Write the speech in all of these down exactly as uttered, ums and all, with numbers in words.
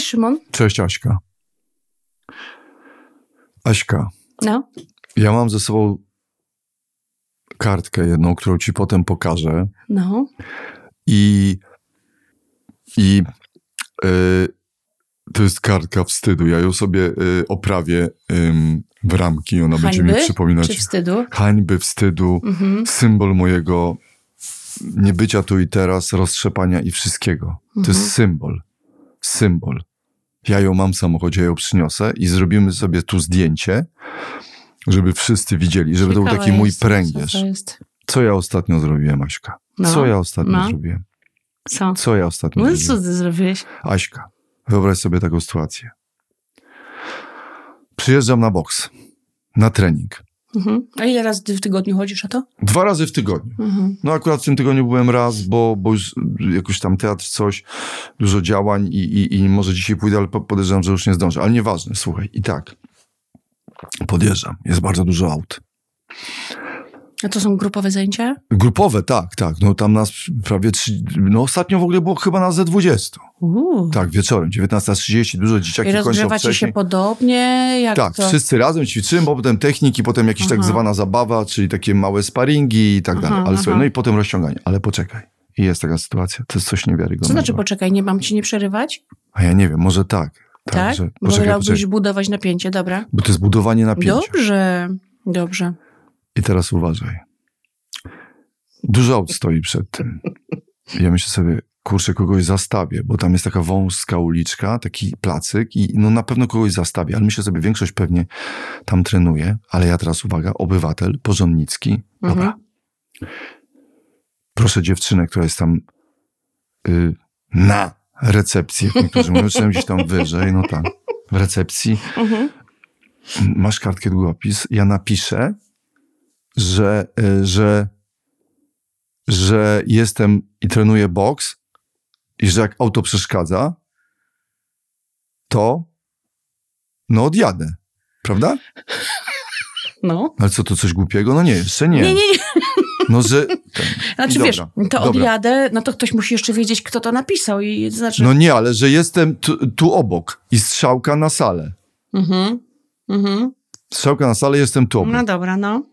Cześć, Szymon. Cześć, Aśka. Aśka. No. Ja mam ze sobą kartkę jedną, którą ci potem pokażę. No. I i y, to jest kartka wstydu. Ja ją sobie y, oprawię y, w ramki i ona Hańby, będzie mi przypominać czy wstydu? hańby, wstydu, mhm. symbol mojego niebycia tu i teraz, roztrzepania i wszystkiego. Mhm. To jest symbol. Symbol. Ja ją mam w samochodzie, ja ją przyniosę i zrobimy sobie tu zdjęcie, żeby wszyscy widzieli, żeby Ciekawe to był taki mój jest, pręgierz. Co, jest? Co ja ostatnio zrobiłem, Aśka? No. Co ja ostatnio no. zrobiłem? Co? Co ja ostatnio no, zrobiłem? Co ty zrobiłeś? Aśka, wyobraź sobie taką sytuację. Przyjeżdżam na boks, na trening. Mhm. A ile razy w tygodniu chodzisz o to? Dwa razy w tygodniu. Mhm. No akurat w tym tygodniu byłem raz, bo, bo już jakoś tam teatr, coś, dużo działań i, i, i może dzisiaj pójdę, ale podejrzewam, że już nie zdążę. Ale nieważne, słuchaj, i tak. Podjeżdżam, jest bardzo dużo aut. A to są grupowe zajęcia? Grupowe, tak, tak. No tam nas prawie trzy, no ostatnio w ogóle było chyba nas ze dwudziestu. Uuu. Tak, wieczorem, dziewiętnasta trzydzieści, dużo dzieciaki kończą wcześniej. I rozgrzewacie się podobnie? Jak tak, to? Wszyscy razem ćwiczymy, bo potem techniki, potem jakieś aha. tak zwana zabawa, czyli takie małe sparingi i tak aha, dalej. Ale słuchaj, no i potem rozciąganie. Ale poczekaj, i jest taka sytuacja, to jest coś niewiarygodnego. Co znaczy poczekaj, nie mam ci nie przerywać? A ja nie wiem, może tak. Tak? tak? Że, bo wolałbyś budować napięcie, dobra? Bo to jest budowanie napięcia. Dobrze, dobrze. I teraz uważaj. Dużo aut stoi przed tym. Ja myślę sobie, kurczę, kogoś zastawię, bo tam jest taka wąska uliczka, taki placyk i no na pewno kogoś zastawię, ale myślę sobie, większość pewnie tam trenuje, ale ja teraz, uwaga, obywatel, porządnicki, dobra. Mhm. Proszę dziewczynę, która jest tam y, na recepcji, jak niektórzy mówią, czy gdzieś tam wyżej, no tak, w recepcji. Mhm. Masz kartkę, długopis, ja napiszę, że, y, że że jestem i trenuję boks i że jak auto przeszkadza, to no odjadę. Prawda? No. Ale co, to coś głupiego? No nie, jeszcze nie. Nie, nie, nie. No, że... Ten. Znaczy dobra, wiesz, to dobra. odjadę, no to ktoś musi jeszcze wiedzieć, kto to napisał. I znaczy... No nie, ale że jestem tu, tu obok i strzałka na salę. Mhm. Mhm. Strzałka na salę, jestem tu obok. No dobra, no.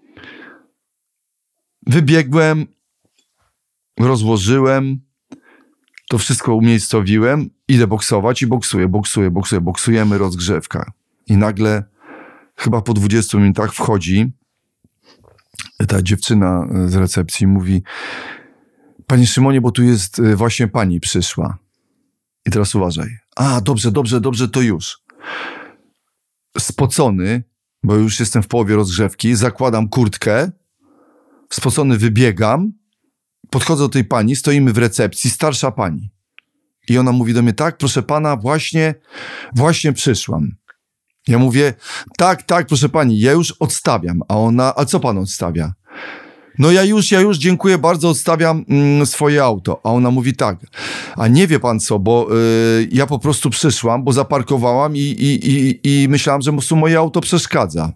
Wybiegłem, rozłożyłem, to wszystko umiejscowiłem, idę boksować i boksuję, boksuję, boksuję, boksujemy, rozgrzewka. I nagle, chyba po dwudziestu minutach wchodzi ta dziewczyna z recepcji i mówi: panie Szymonie, bo tu jest, właśnie pani przyszła. I teraz uważaj. A, dobrze, dobrze, dobrze, to już. Spocony, bo już jestem w połowie rozgrzewki, zakładam kurtkę, spocony wybiegam, podchodzę do tej pani, stoimy w recepcji, starsza pani. I ona mówi do mnie: tak, proszę pana, właśnie, właśnie przyszłam. Ja mówię: tak, tak, proszę pani, ja już odstawiam. A ona: a co pan odstawia? No ja już, ja już, dziękuję bardzo, odstawiam mm, swoje auto. A ona mówi: tak, a nie wie pan co, bo y, ja po prostu przyszłam, bo zaparkowałam i, i, i, i myślałam, że po prostu moje auto przeszkadza.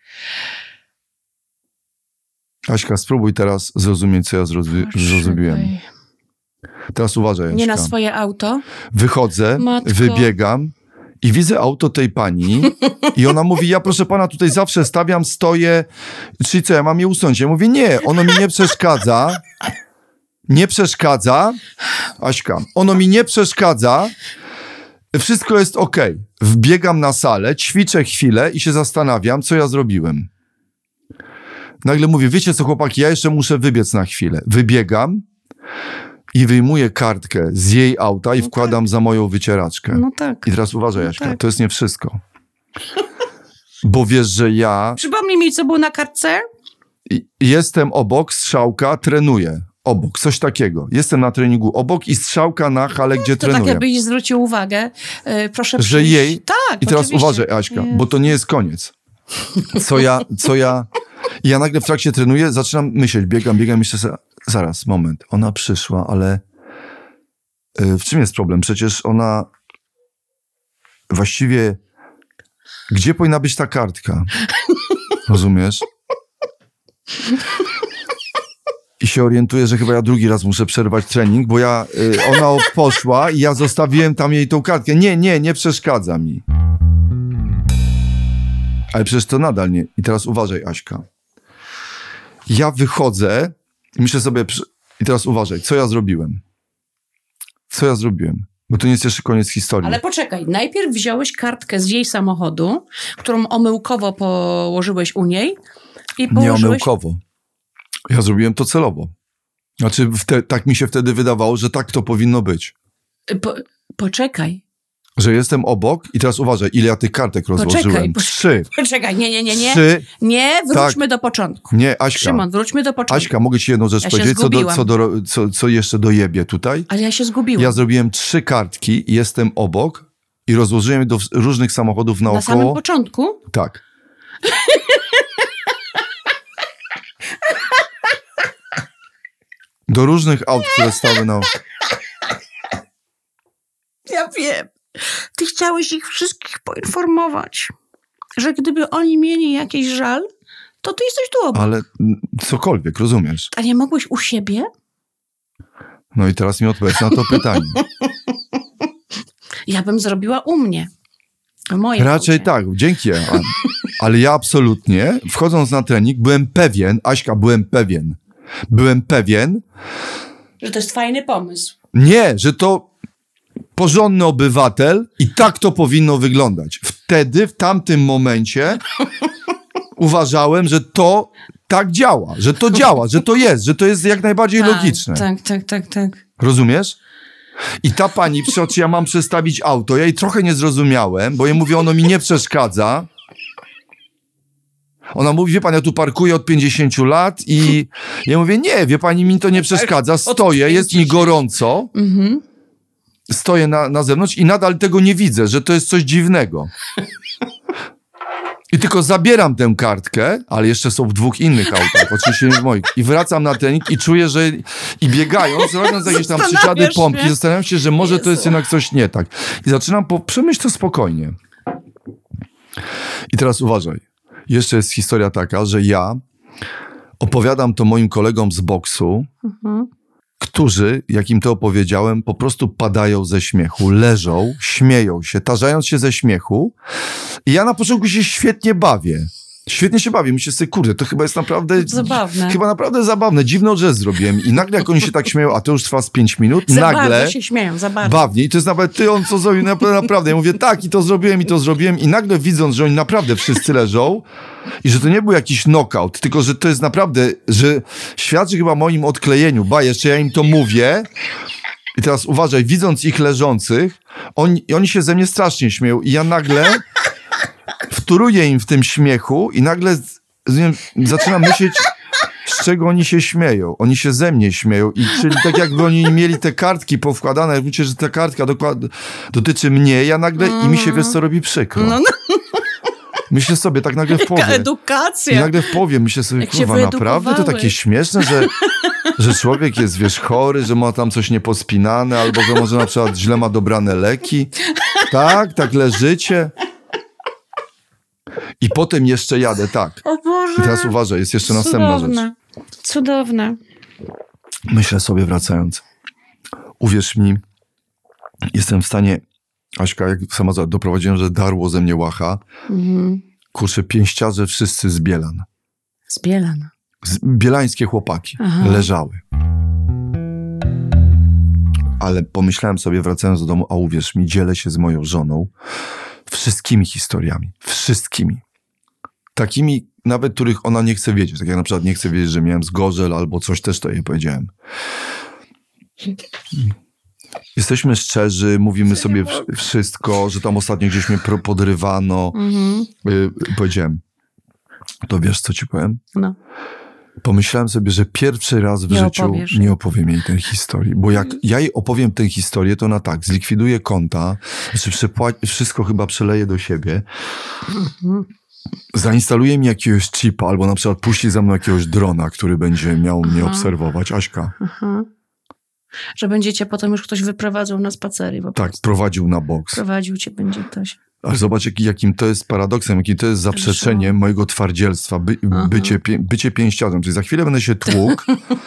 Aśka, spróbuj teraz zrozumieć, co ja zrozum- zrozumiałem. Teraz uważaj, Aśka. Nie na swoje auto? Wychodzę, Matko. wybiegam i widzę auto tej pani i ona mówi: ja proszę pana tutaj zawsze stawiam, stoję, czyli co, ja mam je usunąć? Ja mówię: nie, ono mi nie przeszkadza, nie przeszkadza, Aśka, ono mi nie przeszkadza, wszystko jest okej. Wbiegam na salę, ćwiczę chwilę i się zastanawiam, co ja zrobiłem. Nagle mówię: wiecie co, chłopaki, ja jeszcze muszę wybiec na chwilę. Wybiegam i wyjmuję kartkę z jej auta i no wkładam tak. za moją wycieraczkę. No tak. I teraz uważaj, Jaśka, no tak. to jest nie wszystko. Bo wiesz, że ja... Przypomnij mi, co było na kartce? Jestem obok, strzałka, trenuję. Obok, coś takiego. Jestem na treningu obok i strzałka na hale, gdzie to trenuję. Tak, jakbyś zwrócił uwagę. Yy, proszę że przyjść. jej... Tak, I teraz oczywiście. uważaj, Aśka, bo to nie jest koniec. Co ja... Co ja... I ja nagle w trakcie trenuję, zaczynam myśleć, biegam, biegam, myślę sobie: zaraz, moment, ona przyszła, ale yy, w czym jest problem? Przecież ona właściwie, gdzie powinna być ta kartka? Rozumiesz? I się orientuję, że chyba ja drugi raz muszę przerwać trening, bo ja, y, ona poszła i ja zostawiłem tam jej tą kartkę. Nie, nie, nie przeszkadza mi. Ale przecież to nadal nie. I teraz uważaj, Aśka. Ja wychodzę i myślę sobie, i teraz uważaj, co ja zrobiłem? Co ja zrobiłem? Bo to nie jest jeszcze koniec historii. Ale poczekaj, najpierw wziąłeś kartkę z jej samochodu, którą omyłkowo położyłeś u niej i położyłeś... Nie omyłkowo. Ja zrobiłem to celowo. Znaczy, wte, tak mi się wtedy wydawało, że tak to powinno być. Po, poczekaj. Że jestem obok i teraz uważaj, ile ja tych kartek rozłożyłem. Poczekaj, Trzy. Poczekaj, nie, nie, nie, nie. Trzy. Nie, wróćmy tak. do początku. Nie, Aśka. Szymon, wróćmy do początku. Aśka, mogę ci jedną rzecz ja powiedzieć, co, do, co, do, do... co, co jeszcze dojebie tutaj? Ale ja się zgubiłem. Ja zrobiłem trzy kartki, jestem obok i rozłożyłem je do różnych samochodów naokoło. Na samym początku? Tak. Do różnych aut, które stały na... Ja wiem. Ty chciałeś ich wszystkich poinformować, że gdyby oni mieli jakiś żal, to ty jesteś tu obok. Ale cokolwiek, rozumiesz? A nie mogłeś u siebie? No i teraz mi odpowiedz na to pytanie. Ja bym zrobiła u mnie. W moim Raczej aucie. tak, dzięki. Ale ja absolutnie, wchodząc na trening, byłem pewien, Aśka, byłem pewien, byłem pewien, że to jest fajny pomysł. nie, że to porządny obywatel i tak to powinno wyglądać. Wtedy, w tamtym momencie uważałem, że to tak działa, że to działa, że to jest, że to jest jak najbardziej tak, logiczne. Tak, tak, tak, tak. Rozumiesz? I ta pani, czy ja mam przestawić auto, ja jej trochę nie zrozumiałem, bo ja mówię, ono mi nie przeszkadza. Ona mówi, wie pan, ja tu parkuję od pięćdziesięciu lat i ja mówię, nie, wie pani, mi to nie przeszkadza, stoję, jest mi gorąco, Mhm. stoję na, na zewnątrz i nadal tego nie widzę, że to jest coś dziwnego. I tylko zabieram tę kartkę, ale jeszcze są w dwóch innych autach, oczywiście nie w moich. I wracam na trening i czuję, że i biegając, robiąc jakieś tam przysiady, pompki, zastanawiam się, że może Jezu. To jest jednak coś nie tak. I zaczynam po, przemyśleć to spokojnie. I teraz uważaj. Jeszcze jest historia taka, że ja opowiadam to moim kolegom z boksu, mhm. którzy, jak im to opowiedziałem, po prostu padają ze śmiechu, leżą, śmieją się, tarzając się ze śmiechu. I ja na początku się świetnie bawię. Świetnie się bawię. Myślę sobie, kurde, to chyba jest naprawdę... Zabawne. Chyba naprawdę zabawne. Dziwną rzecz zrobiłem. I nagle jak oni się tak śmieją, a to już trwa z pięć minut, za nagle... bardzo się śmieją, za bardzo. Bawnie. I to jest nawet ty, on co zrobił, naprawdę. Ja mówię, tak, i to zrobiłem, i to zrobiłem. I nagle widząc, że oni naprawdę wszyscy leżą i że to nie był jakiś knockout, tylko że to jest naprawdę, że świadczy chyba o moim odklejeniu. Ba, jeszcze ja im to mówię. I teraz uważaj, widząc ich leżących, oni, oni się ze mnie strasznie śmieją i ja nagle wtóruję im w tym śmiechu i nagle z, z, nie, zaczynam myśleć, z czego oni się śmieją. Oni się ze mnie śmieją. I czyli tak jakby oni mieli te kartki powkładane, jak wiecie, że ta kartka dokład, dotyczy mnie, ja nagle mm. i mi się, wiesz co, robi przykro. No, no. Myślę sobie tak nagle w połowie. Edukacja. I nagle w połowie myślę sobie, kurwa, naprawdę to takie śmieszne, że, że człowiek jest, wiesz, chory, że ma tam coś niepospinane, albo że może na przykład źle ma dobrane leki. Tak, tak leżycie. I potem jeszcze jadę, tak. O Boże. I teraz uważaj, jest jeszcze następna Cudowne. rzecz. Cudowne. Myślę sobie wracając. Uwierz mi, jestem w stanie... Aśka, jak sama doprowadziłem, że darło ze mnie łacha. Mhm. Kurczę, pięściarze wszyscy z Bielan. Z Bielan. Z, bielańskie chłopaki. Aha. Leżały. Ale pomyślałem sobie, wracając do domu, a uwierz mi, dzielę się z moją żoną wszystkimi historiami. Wszystkimi. Takimi, nawet których ona nie chce wiedzieć. Tak jak na przykład nie chce wiedzieć, że miałem zgorzel albo coś, też to jej powiedziałem. Jesteśmy szczerzy, mówimy sobie wszystko, że tam ostatnio gdzieś mnie podrywano. Mhm. Y, powiedziałem, to wiesz, co ci powiem? No. Pomyślałem sobie, że pierwszy raz w nie życiu opowiesz. nie opowiem jej tej historii. Bo jak ja jej opowiem tę historię, to ona tak, zlikwiduje konta, znaczy przepła- wszystko chyba przeleje do siebie, mhm. zainstaluje mi jakiegoś chipa, albo na przykład puści za mną jakiegoś drona, który będzie miał Aha. mnie obserwować. Aśka. Aha. Że będziecie potem już ktoś wyprowadzał na spacery. Po tak, prostu. prowadził na boks. Prowadził cię będzie ktoś. Ale zobacz, jaki, jakim to jest paradoksem, jakim to jest zaprzeczeniem mojego twardzielstwa, by, bycie, pie, bycie pięściarzem. Czyli za chwilę będę się tłukł.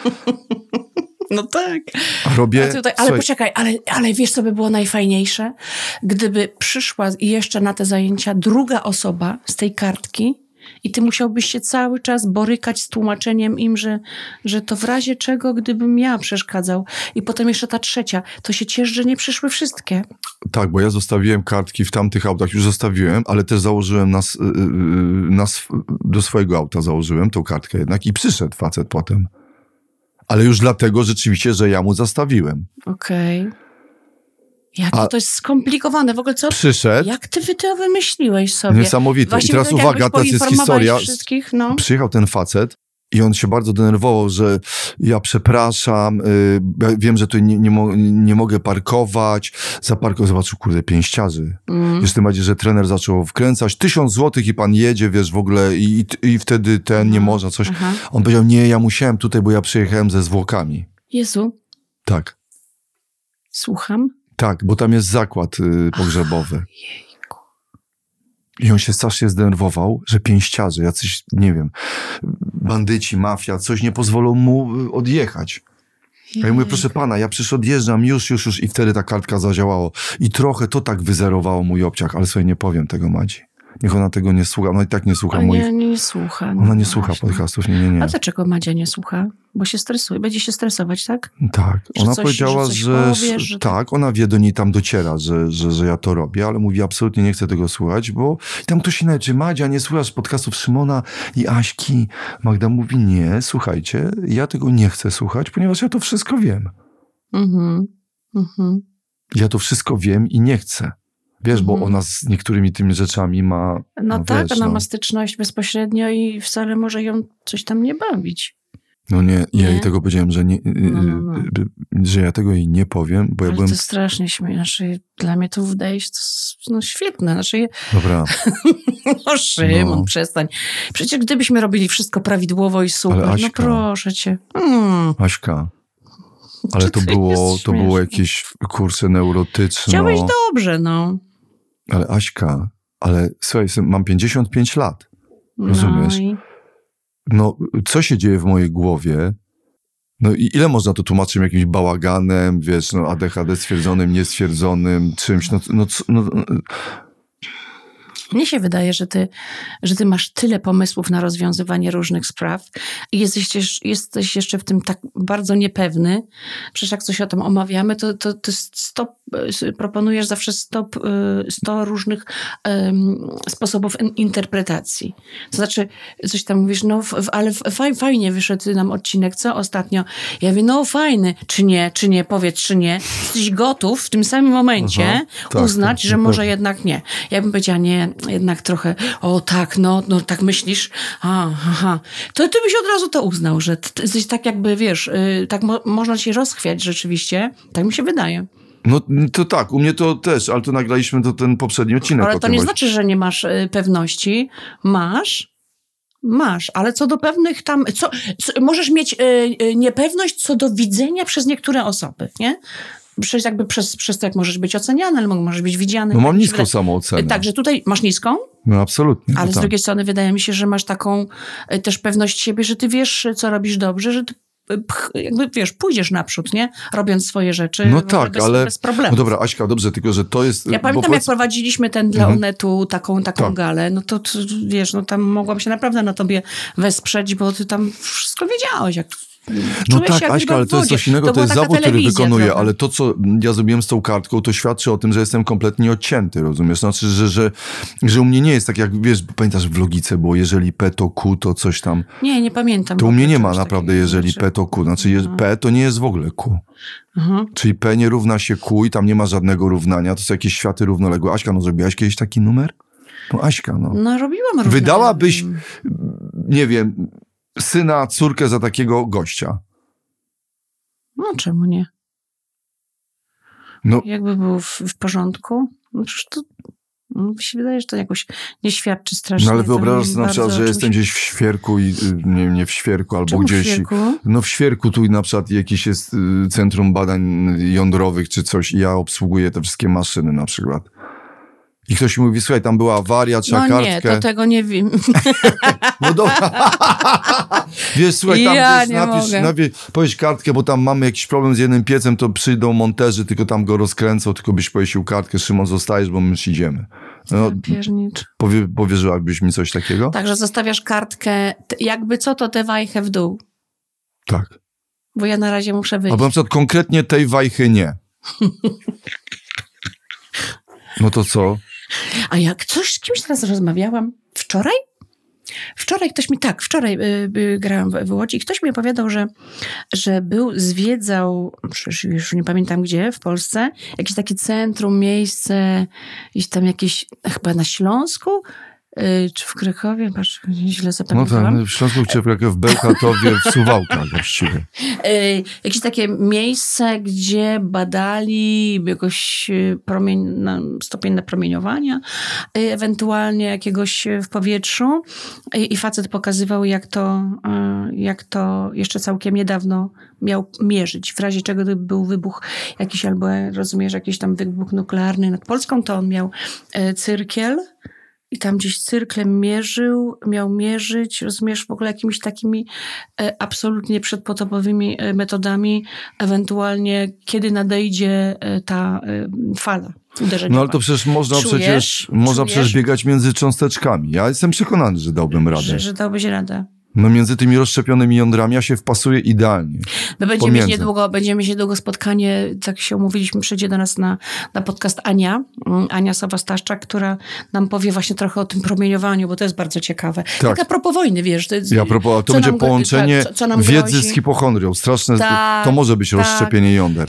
No tak. Robię, tutaj, ale słuchaj, poczekaj, ale, ale wiesz, co by było najfajniejsze? Gdyby przyszła jeszcze na te zajęcia druga osoba z tej kartki i ty musiałbyś się cały czas borykać z tłumaczeniem im, że, że to w razie czego, gdybym ja przeszkadzał. I potem jeszcze ta trzecia. To się ciesz, że nie przyszły wszystkie. Tak, bo ja zostawiłem kartki w tamtych autach, już zostawiłem, ale też założyłem na, na, do swojego auta założyłem tą kartkę jednak i przyszedł facet potem. Ale już dlatego rzeczywiście, że ja mu zastawiłem. Okej. Okay. Jakie A to jest skomplikowane. W ogóle co? Przyszedł. Jak ty, ty to wymyśliłeś sobie? Niesamowite. Właśnie i teraz tak uwaga, teraz jest historia. No. Przyjechał ten facet i on się bardzo denerwował, że ja przepraszam, yy, wiem, że tu nie, nie, mo- nie mogę parkować. Zaparkował, zobaczył, kurde, pięściarzy. Mm. Jeszcze tym bardziej, że trener zaczął wkręcać. Tysiąc złotych i pan jedzie, wiesz, w ogóle i, i, i wtedy ten mm. nie można coś. Aha. On powiedział, nie, ja musiałem tutaj, bo ja przyjechałem ze zwłokami. Jezu. Tak. Słucham? Tak, bo tam jest zakład y, pogrzebowy. Ach, jejku. I on się strasznie zdenerwował, że pięściarze, jacyś, nie wiem, bandyci, mafia, coś nie pozwolą mu odjechać. A ja mówię, proszę pana, ja przecież odjeżdżam, już, już, już. I wtedy ta kartka zadziałało. I trochę to tak wyzerowało mój obciach, ale sobie nie powiem tego, Madzi. Niech ona tego nie słucha. Ona i tak nie słucha nie, moich... Nie, nie słucha. No ona nie słucha właśnie. Podcastów, nie, nie, nie. A dlaczego Madzia nie słucha? Bo się stresuje. Będzie się stresować, tak? Tak. Że ona coś, powiedziała, że, że, powiesz, że tak, ona wie, do niej tam dociera, że, że, że ja to robię, ale mówi, absolutnie nie chcę tego słuchać, bo tam ktoś inny, czy Madzia, nie słuchasz podcastów Szymona i Aśki? Magda mówi, nie, słuchajcie, ja tego nie chcę słuchać, ponieważ ja to wszystko wiem. Mhm. Mhm. Ja to wszystko wiem i nie chcę. Wiesz, bo ona z niektórymi tymi rzeczami ma... No, no tak, wiesz, ona no. ma styczność bezpośrednio i wcale może ją coś tam nie bawić. No nie, nie? ja jej tego powiedziałem, że, nie, no, no, no. że ja tego jej nie powiem, bo Ale ja byłem... to jest strasznie śmieszne. Znaczy, dla mnie to wydaje się to no, świetne. Znaczy, Dobra. no Szymon, no. przestań. Przecież gdybyśmy robili wszystko prawidłowo i super, Aśka, no proszę cię. Hmm. Aśka, ale to było, to było jakieś kursy neurotyczne. Chciałeś dobrze, no. Ale Aśka, ale słuchaj, mam pięćdziesiąt pięć lat. Rozumiesz? No, i... no co się dzieje w mojej głowie? No i ile można to tłumaczyć jakimś bałaganem, wiesz, no A D H D stwierdzonym, niestwierdzonym, czymś, no... no, no, no. Mnie się wydaje, że ty, że ty masz tyle pomysłów na rozwiązywanie różnych spraw i jesteś, jesteś jeszcze w tym tak bardzo niepewny. Przecież jak coś o tym omawiamy, to, to, to stop, proponujesz zawsze stop, sto różnych um, sposobów interpretacji. To znaczy, coś tam mówisz, no ale faj, fajnie wyszedł nam odcinek, co ostatnio? Ja mówię, no fajny, czy nie, czy nie, powiedz, czy nie. Jesteś gotów w tym samym momencie Aha, tak, uznać, tak, że może tak. jednak nie. Ja bym powiedziała, nie, jednak trochę, o tak, no, no tak myślisz, a, aha, to ty byś od razu to uznał, że ty jesteś tak jakby, wiesz, yy, tak mo- można się rozchwiać rzeczywiście, tak mi się wydaje. No to tak, u mnie to też, ale to nagraliśmy to ten poprzedni odcinek. Ale to nie znaczy, że nie masz y, pewności, masz, masz, ale co do pewnych tam, co, co możesz mieć y, y, niepewność co do widzenia przez niektóre osoby, nie? Przez, jakby przez, przez to, jak możesz być oceniany, ale możesz być widziany. No mam niską samoocenę. Także tutaj masz niską? No absolutnie. Ale no z tak. drugiej strony wydaje mi się, że masz taką y, też pewność siebie, że ty wiesz, co robisz dobrze, że ty pch, jakby, wiesz, pójdziesz naprzód, nie? Robiąc swoje rzeczy. No tak, bez, ale... bez problemu. No dobra, Aśka, dobrze, tylko że to jest... Ja pamiętam, powiedz... jak prowadziliśmy ten dla mhm. Onetu taką, taką tak. galę, no to, to wiesz, no tam mogłam się naprawdę na tobie wesprzeć, bo ty tam wszystko wiedziałeś, jak... No tak, Aśka, ale to jest coś innego, to, to jest zawód, który wykonuję, trochę. Ale to, co ja zrobiłem z tą kartką, to świadczy o tym, że jestem kompletnie odcięty, rozumiesz? Znaczy, że, że, że u mnie nie jest tak, jak wiesz, pamiętasz w logice, bo jeżeli P to Q, to coś tam... Nie, nie pamiętam. To u mnie nie ma naprawdę, jeżeli P to Q, znaczy je, P to nie jest w ogóle Q. Aha. Czyli P nie równa się Q i tam nie ma żadnego równania, to są jakieś światy równoległe. Aśka, no zrobiłaś kiedyś taki numer? No Aśka, no. No robiłam równania. Wydałabyś, nie wiem, syna, córkę za takiego gościa. No czemu nie? No. Jakby był w, w porządku, no przecież to no, mi się wydaje, że to jakoś nie świadczy strasznie. No ale wyobrażasz sobie na przykład, że jestem gdzieś w Świerku i nie, nie w Świerku, albo Czemu gdzieś... w Świerku? No w Świerku tu na przykład jakieś jest Centrum Badań Jądrowych czy coś i ja obsługuję te wszystkie maszyny na przykład. I ktoś mi mówi, słuchaj, tam była awaria, trzeba no kartkę. nie, to tego nie wiem. No dobra. Wiesz, słuchaj, tam ja wiesz, napisz, napisz, powiedz kartkę, bo tam mamy jakiś problem z jednym piecem, to przyjdą monterzy, tylko tam go rozkręcą, tylko byś powiesił kartkę, Szymon, zostajesz, bo my już idziemy. No, powie, powierzyłabyś mi coś takiego? Także zostawiasz kartkę, jakby co to te wajchę w dół. Tak. Bo ja na razie muszę wyjść. Albo na przykład konkretnie tej wajchy nie. No to co? A jak coś z kimś teraz rozmawiałam wczoraj? Wczoraj ktoś mi, tak, wczoraj y, y, grałam w, w Łodzi i ktoś mi opowiadał, że, że był, zwiedzał, przecież już nie pamiętam gdzie, w Polsce, jakieś takie centrum, miejsce, gdzieś tam jakieś, chyba na Śląsku, y, czy w Krakowie, patrz, źle zapamiętałam. No tak, w Śląsku, czy w Krakowie, w Bełchatowie, w Suwałkach właściwie. Y, jakieś takie miejsce, gdzie badali jakoś promień, na, stopień napromieniowania, y, ewentualnie jakiegoś w powietrzu y, i facet pokazywał, jak to, y, jak to jeszcze całkiem niedawno miał mierzyć. W razie czego gdyby był wybuch jakiś, albo rozumiesz, jakiś tam wybuch nuklearny nad Polską, to on miał y, cyrkiel, i tam gdzieś cyrklem mierzył, miał mierzyć, rozumiesz, w ogóle jakimiś takimi e, absolutnie przedpotopowymi e, metodami, ewentualnie kiedy nadejdzie e, ta e, fala uderzeniowa. No ale to przecież można czujesz, przecież można czujesz, przecież biegać między cząsteczkami. Ja jestem przekonany, że dałbym radę. Że, że dałbyś radę. No między tymi rozszczepionymi jądrami ja się wpasuję idealnie. My będziemy mieć niedługo, będziemy mieć niedługo spotkanie, tak się umówiliśmy, przyjdzie do nas na, na podcast Ania, Ania Sowa-Staszczak, która nam powie właśnie trochę o tym promieniowaniu, bo to jest bardzo ciekawe. Tak, tak a propos wojny, wiesz. To, jest, ja propos, to będzie połączenie co, co nam wiedzy grozi. z hipochondrią. Straszne, tak, to może być tak. rozszczepienie jąder.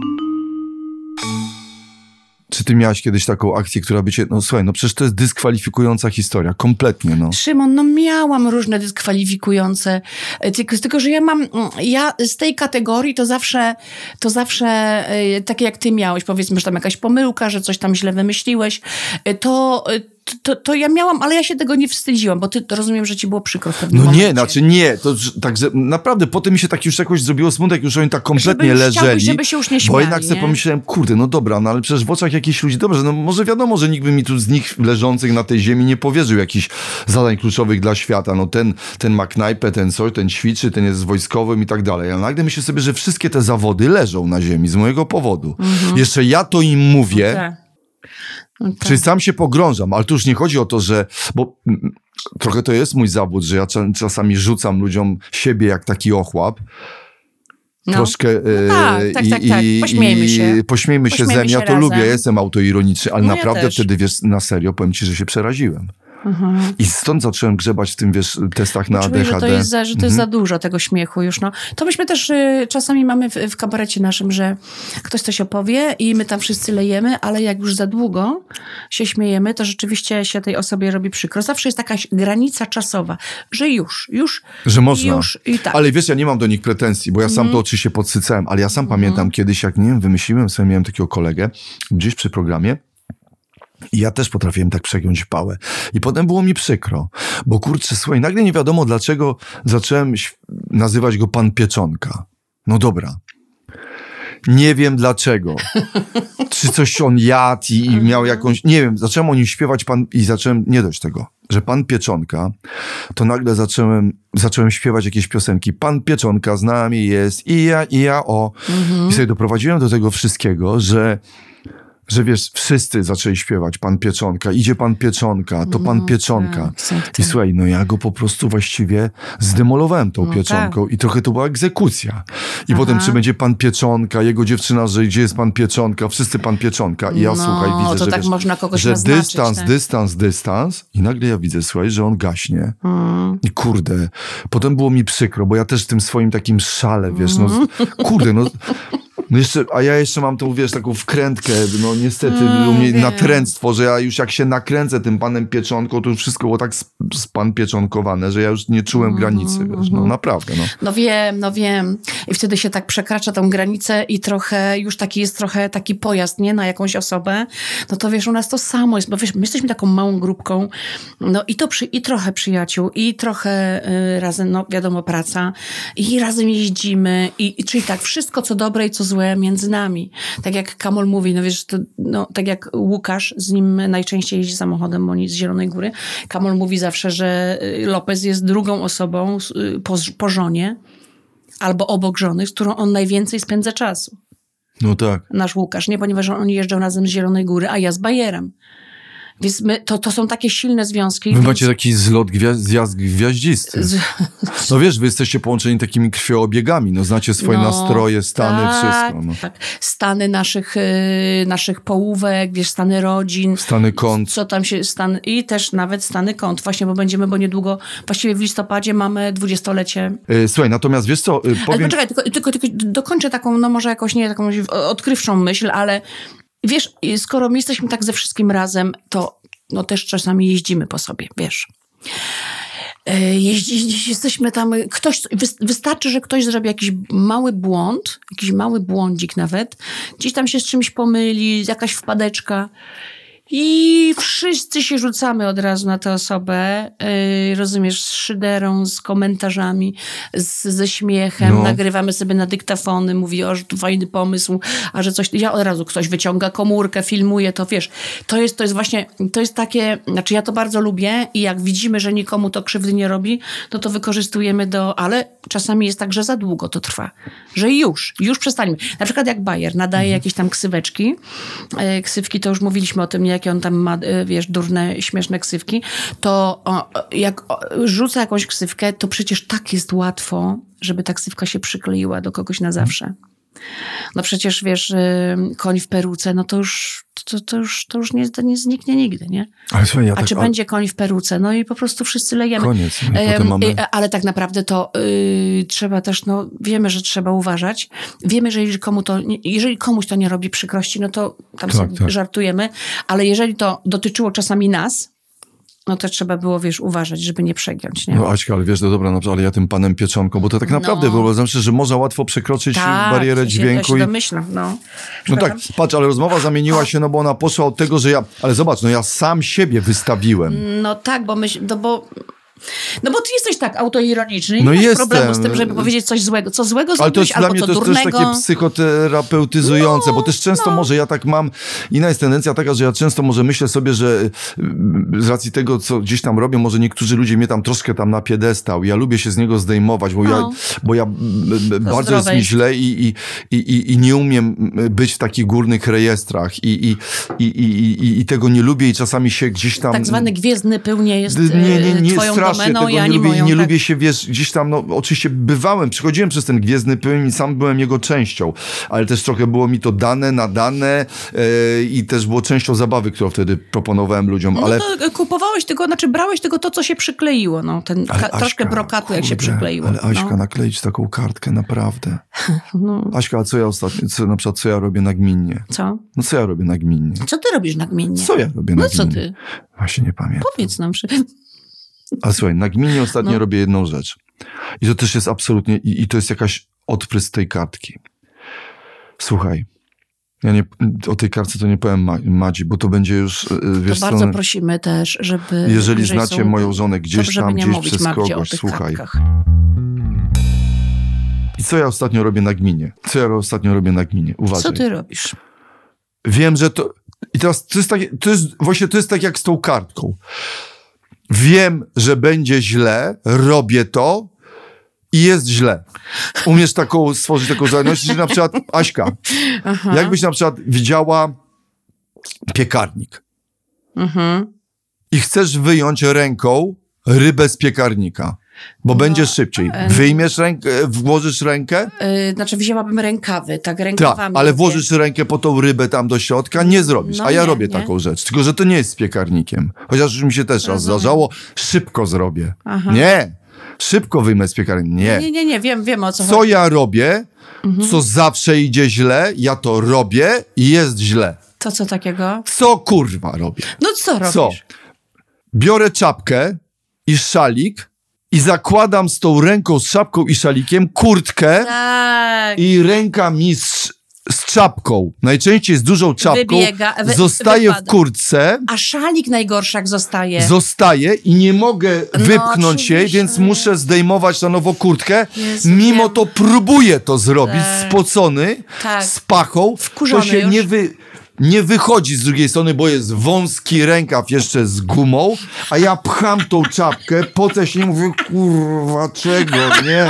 Czy ty miałaś kiedyś taką akcję, która by cię... No słuchaj, no przecież to jest dyskwalifikująca historia. Kompletnie, no. Szymon, no miałam różne dyskwalifikujące. Tylko, tylko że ja mam... Ja z tej kategorii to zawsze... To zawsze takie jak ty miałeś, powiedzmy, że tam jakaś pomyłka, że coś tam źle wymyśliłeś. To... To, to ja miałam, ale ja się tego nie wstydziłam, bo ty to rozumiem, że ci było przykro w pewnym No momencie. nie, znaczy nie, to także naprawdę potem mi się tak już jakoś zrobiło smutek, już oni tak kompletnie żeby leżeli. Chciałbyś, żeby się już nie śmiali, bo jednak sobie nie? pomyślałem, kurde, no dobra, no ale przecież w oczach jakichś ludzi, dobrze, no może wiadomo, że nikt by mi tu z nich leżących na tej ziemi nie powierzył jakichś zadań kluczowych dla świata. No ten, ten ma knajpę, ten coś, ten ćwiczy, ten jest wojskowym i tak dalej. Ale nagle myślę sobie, że wszystkie te zawody leżą na ziemi z mojego powodu. Mhm. Jeszcze ja to im mówię. Okay. Okay. Czyli sam się pogrążam, ale tu już nie chodzi o to, że... Bo m, trochę to jest mój zawód, że ja czasami rzucam ludziom siebie jak taki ochłap. No. Troszkę... No tak, e, tak, i, tak, tak. Pośmiejmy się. I, pośmiejmy się ze mnie. Ja to razem. lubię, ja jestem autoironiczny, ale no naprawdę ja wtedy, wiesz, na serio, powiem ci, że się przeraziłem. Mhm. I stąd zacząłem grzebać w tym, wiesz, testach na Czuję, A D H D. Że to jest za, że to jest mhm. za dużo tego śmiechu już, no. To myśmy też y, czasami mamy w, w kabarecie naszym, że ktoś coś opowie i my tam wszyscy lejemy, ale jak już za długo się śmiejemy, to rzeczywiście się tej osobie robi przykro. Zawsze jest jakaś granica czasowa, że już, już. Że można. Już, i tak. Ale wiesz, ja nie mam do nich pretensji, bo ja sam mm. to oczywiście podsycałem, ale ja sam mm. pamiętam kiedyś, jak nie wiem, wymyśliłem sobie, miałem takiego kolegę gdzieś przy programie, i ja też potrafiłem tak przegiąć pałę. I potem było mi przykro, bo kurczę, słuchaj, nagle nie wiadomo dlaczego zacząłem nazywać go Pan Pieczonka. No dobra. Nie wiem dlaczego. Czy coś on jadł i, i miał jakąś... Nie wiem, zacząłem o nim śpiewać pan, i zacząłem... Nie dość tego, że Pan Pieczonka, to nagle zacząłem, zacząłem śpiewać jakieś piosenki. Pan Pieczonka z nami jest i ja, i ja, o. Mhm. I sobie doprowadziłem do tego wszystkiego, że że wiesz, wszyscy zaczęli śpiewać Pan Pieczonka, idzie Pan Pieczonka, to Pan no, Pieczonka. Tak, I słuchaj, no ja go po prostu właściwie zdemolowałem tą no, Pieczonką tak. i trochę to była egzekucja. I Aha. potem, czy będzie Pan Pieczonka, jego dziewczyna, że gdzie jest Pan Pieczonka, wszyscy Pan Pieczonka. I ja no, słuchaj, widzę, to że, tak wiesz, można kogoś że naznaczyć, dystans, tak? dystans, dystans i nagle ja widzę, słuchaj, że on gaśnie. Mm. I kurde, potem było mi przykro, bo ja też w tym swoim takim szale, wiesz, no kurde, no... No jeszcze, a ja jeszcze mam tą, wiesz, taką wkrętkę, no niestety mm, u mnie natręctwo, że ja już jak się nakręcę tym Panem Pieczonką, to już wszystko było tak spanpieczonkowane, że ja już nie czułem mm, granicy, mm, wiesz, no naprawdę, no. No wiem, no wiem. I wtedy się tak przekracza tą granicę i trochę, już taki jest trochę taki pojazd, nie, na jakąś osobę, no to wiesz, u nas to samo jest, bo wiesz, my jesteśmy taką małą grupką, no i to przy, i trochę przyjaciół, i trochę y, razem, no wiadomo, praca, i razem jeździmy, i, i czyli tak, wszystko co dobre i co złe złe między nami. Tak jak Kamol mówi, no wiesz, to, no, tak jak Łukasz, z nim najczęściej jeździ samochodem, bo oni z Zielonej Góry. Kamol mówi zawsze, że Lopez jest drugą osobą po, po żonie albo obok żony, z którą on najwięcej spędza czasu. No tak. Nasz Łukasz, nie? Ponieważ oni jeżdżą razem z Zielonej Góry, a ja z Bajerem. Więc my, to, to są takie silne związki. Wy więc... macie taki zlot, gwia- zjazd gwiaździsty. Z... No wiesz, wy jesteście połączeni takimi krwioobiegami. No znacie swoje no, nastroje, stany, tak, wszystko. No. Tak. Stany naszych, y, naszych połówek, wiesz, stany rodzin. Stany kont. Co tam się, stan, i też nawet stany kont. Właśnie, bo będziemy, bo niedługo, właściwie w listopadzie mamy dwudziestolecie. Yy, słuchaj, natomiast wiesz co, yy, powiem... Ale poczekaj, tylko, tylko, tylko dokończę taką, no może jakąś, nie taką odkrywczą myśl, ale wiesz, skoro my jesteśmy tak ze wszystkim razem, to no też czasami jeździmy po sobie, wiesz. Jeździ, jesteśmy tam, ktoś, wystarczy, że ktoś zrobi jakiś mały błąd, jakiś mały błądzik nawet, gdzieś tam się z czymś pomyli, jakaś wpadeczka i wszyscy się rzucamy od razu na tę osobę, yy, rozumiesz, z szyderą, z komentarzami, z, ze śmiechem, no. Nagrywamy sobie na dyktafony, mówi, o, że to fajny pomysł, a że coś, ja od razu ktoś wyciąga komórkę, filmuje, to wiesz, to jest, to jest właśnie, to jest takie, znaczy ja to bardzo lubię i jak widzimy, że nikomu to krzywdy nie robi, to to wykorzystujemy do, ale czasami jest tak, że za długo to trwa, że już, już przestańmy. Na przykład jak Bajer nadaje mhm. jakieś tam ksyweczki, yy, ksywki, to już mówiliśmy o tym, nie, jakie on tam ma, wiesz, durne, śmieszne ksywki, to o, jak o, rzuca jakąś ksywkę, to przecież tak jest łatwo, żeby ta ksywka się przykleiła do kogoś na zawsze. No przecież, wiesz, koń w peruce, no to już, to, to już, to już nie, to nie zniknie nigdy, nie? Ale słuchaj, ja A tak, czy a... będzie koń w peruce? No i po prostu wszyscy lejemy. Koniec. No e, potem mamy... e, ale tak naprawdę to y, trzeba też, no wiemy, że trzeba uważać. Wiemy, że jeżeli, komu to, jeżeli komuś to nie robi przykrości, no to tam tak, sobie tak. żartujemy. Ale jeżeli to dotyczyło czasami nas, no to trzeba było, wiesz, uważać, żeby nie przegiąć, nie? No Aśka, ale wiesz, no dobra, no, ale ja tym panem Pieczonką, bo to tak naprawdę no. wyobrażam sobie, że można łatwo przekroczyć tak, barierę ja się, dźwięku. Ja się i... domyślam, no. No tak, patrz, ale rozmowa zamieniła się, no bo ona poszła od tego, że ja... Ale zobacz, no ja sam siebie wystawiłem. No tak, bo myśl, no bo... No bo ty jesteś tak autoironiczny i no nie masz jestem. problemu z tym, żeby powiedzieć coś złego. Co złego ale to zrobić, jest dla albo mnie co to jest durnego. też takie psychoterapeutyzujące, no, bo też często no. może ja tak mam, inna jest tendencja taka, że ja często może myślę sobie, że z racji tego, co gdzieś tam robię, może niektórzy ludzie mnie tam troszkę tam na piedestał. Ja lubię się z niego zdejmować, bo no. ja, bo ja bardzo jest mi źle i, i, i, i nie umiem być w takich górnych rejestrach i, i, i, i, i, i tego nie lubię i czasami się gdzieś tam... Tak zwany gwiezdny pył nie jest nie, nie, nie twoją strasznie, domeną, tego ja nie lubię, moją, nie tak. lubię się, wiesz, gdzieś tam, no oczywiście bywałem, przychodziłem przez ten gwiezdny pył i sam byłem jego częścią, ale też trochę było mi to dane, nadane yy, i też było częścią zabawy, którą wtedy proponowałem ludziom, ale... No to kupowałeś tego, znaczy brałeś tego to, co się przykleiło, no, ten ale ka- Aśka, troszkę brokatu, kurde, jak się przykleiło. Ale Aśka, no. nakleić taką kartkę, naprawdę. No. Aśka, a co ja ostatnio, co, na przykład co ja robię nagminnie? Co? No co ja robię nagminnie? Co ty robisz nagminnie? Co ja robię No nagminnie? co ty? Właśnie nie pamiętam. Powiedz nam. Że... Ale słuchaj, nagminnie ostatnio no. robię jedną rzecz. I to też jest absolutnie, i, i to jest jakaś odprysk tej kartki. Słuchaj, ja nie, o tej kartce to nie powiem Ma- Madzi, bo to będzie już, wiesz To bardzo strony, prosimy też, żeby... jeżeli znacie są, moją żonę gdzieś to, tam, nie gdzieś mówić przez Magdzie kogoś, o tych słuchaj. kartkach. I co ja ostatnio robię na gminie? Co ja ostatnio robię na gminie? Uważaj. Co ty robisz? Wiem, że to... I teraz to jest tak, to jest, właśnie to jest tak jak z tą kartką. Wiem, że będzie źle, robię to i jest źle. Umiesz taką, stworzyć taką zależność, że na przykład, Aśka, Aha. jakbyś na przykład widziała piekarnik Mhm. i chcesz wyjąć ręką rybę z piekarnika, bo No, będzie szybciej. e- Wyjmiesz rękę, włożysz rękę? Yy, znaczy wzięłabym rękawy, tak, Tak, rękawami. ale lubię. włożysz rękę po tą rybę tam do środka, nie zrobisz. No A ja nie, robię nie. taką rzecz. Tylko, że to nie jest z piekarnikiem. Chociaż już mi się też raz Rozumiem. zdarzało, szybko zrobię. Aha. Nie, szybko wyjmę z piekarnika. Nie. Nie, nie, nie, wiem, wiem o co, Co chodzi. ja robię, Mhm. co zawsze idzie źle, ja to robię i jest źle. To co takiego? Co kurwa robię? No co robisz? Co? Biorę czapkę i szalik i zakładam z tą ręką, z szapką i szalikiem kurtkę Tak. i ręka mi strz- czapką. Najczęściej z dużą czapką. Wybiega, wy, zostaje wypada. w kurtce. A szalik najgorszy jak zostaje. Zostaje i nie mogę No, wypchnąć jej, oczywiście. więc muszę zdejmować na nowo kurtkę. Jezu, Mimo wiem. to próbuję to zrobić, Tak. spocony, Tak. z pachą. Wkurzony to się już. nie wy... Nie wychodzi z drugiej strony, bo jest wąski rękaw jeszcze z gumą, a ja pcham tą czapkę, potem się nie mówię, kurwa, czego nie?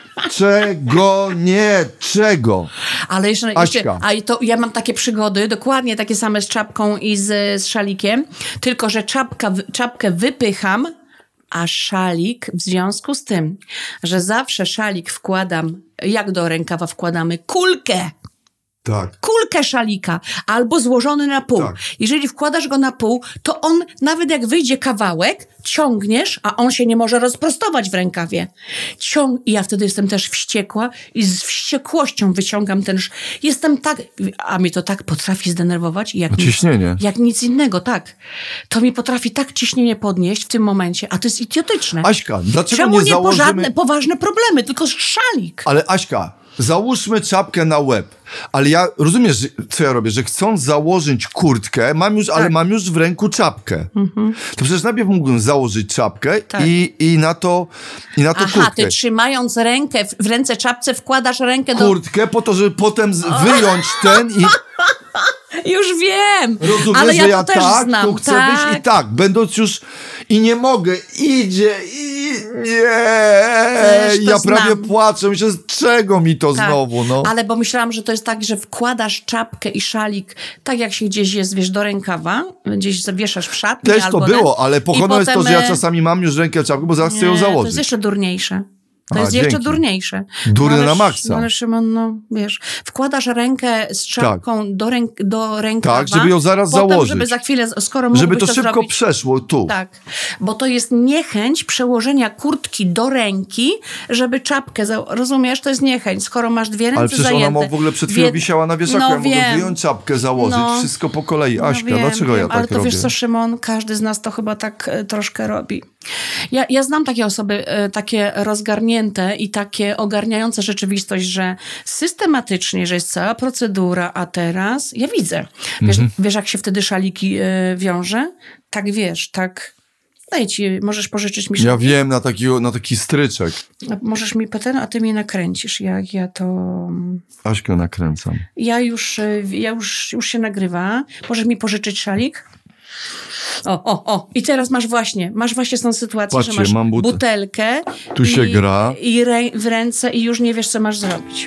Czego nie? Czego? Ale jeszcze, jeszcze Aśka. a i to ja mam takie przygody, dokładnie takie same z czapką i z, z szalikiem, tylko że czapka, wy- czapkę wypycham, a szalik w związku z tym, że zawsze szalik wkładam, jak do rękawa wkładamy kulkę. Tak. Kulkę szalika, albo złożony na pół. Tak. Jeżeli wkładasz go na pół, to on, nawet jak wyjdzie kawałek, ciągniesz, a on się nie może rozprostować w rękawie. Ciąg... I ja wtedy jestem też wściekła i z wściekłością wyciągam ten... sz- Jestem tak... A mnie to tak potrafi zdenerwować. Jak Ciśnienie. Nic, jak nic innego, tak. To mi potrafi tak ciśnienie podnieść w tym momencie, a to jest idiotyczne. Aśka, dlaczego Czemu nie nie po założymy... żadne poważne problemy, tylko szalik? Ale Aśka, załóżmy czapkę na łeb. Ale ja, rozumiesz, że- co ja robię? Że chcąc założyć kurtkę, mam już, ale Tak. mam już w ręku czapkę. To przecież najpierw mógłbym założyć czapkę Tak. i, i na to, i na to Aha, kurtkę. ty trzymając rękę w- w ręce czapce wkładasz rękę do... Kurtkę po to, żeby potem z- wyjąć ten i Już wiem! rozumiesz, ale ja że to ja też tak, znam. tu chcę tak. wyjść i tak, będąc już i nie mogę, idzie i Też nie. to Ja prawie znam. płaczę, myślę, z czego mi to Tak. znowu, no. Ale bo myślałam, że to jest tak, że wkładasz czapkę i szalik, tak jak się gdzieś jest, wiesz, do rękawa, gdzieś zawieszasz w szatni Też to albo było, ten, ale i pochodną jest to, potem, że ja e, czasami mam już rękę w czapkę, bo zaraz chcę ją nie, założyć. To jest jeszcze durniejsze. To A, jest jeszcze dzięki. durniejsze. Durny ale, na maksa. No ale Szymon, no wiesz, wkładasz rękę z czapką do, ręk, do rękawa. Tak, żeby ją zaraz potem, założyć. żeby za chwilę, skoro mógłbyś Żeby to to szybko zrobić, przeszło tu. tak, bo to jest niechęć przełożenia kurtki do ręki, żeby czapkę, za... rozumiesz? To jest niechęć, skoro masz dwie ręce Ale przecież zajęte. ona ma w ogóle przed chwilą Dwie- wisiała na wieszaku, no, ja mogę wiem. wyjąć czapkę, założyć, No. wszystko po kolei. Aśka, No wiem, dlaczego wiem, ja tak ale to robię? wiesz co, Szymon, każdy z nas to chyba tak e, troszkę robi. Ja, ja znam takie osoby, e, takie rozgarnięte i takie ogarniające rzeczywistość, że systematycznie, że jest cała procedura, a teraz ja widzę. Wiesz, Mhm. wiesz jak się wtedy szaliki e, wiąże? Tak wiesz, tak... Daj ci, możesz pożyczyć mi Ja szalik. wiem, na taki, na taki stryczek. A Możesz mi potem, a ty mnie nakręcisz, jak ja to... Aśkę nakręcam. Ja już, e, ja już, już się nagrywa. Możesz mi pożyczyć szalik? O, o, o. I teraz masz właśnie, masz właśnie tą sytuację, Patrzcie, że masz mam but- butelkę Tu się i, gra. i rę- w ręce i już nie wiesz, co masz zrobić.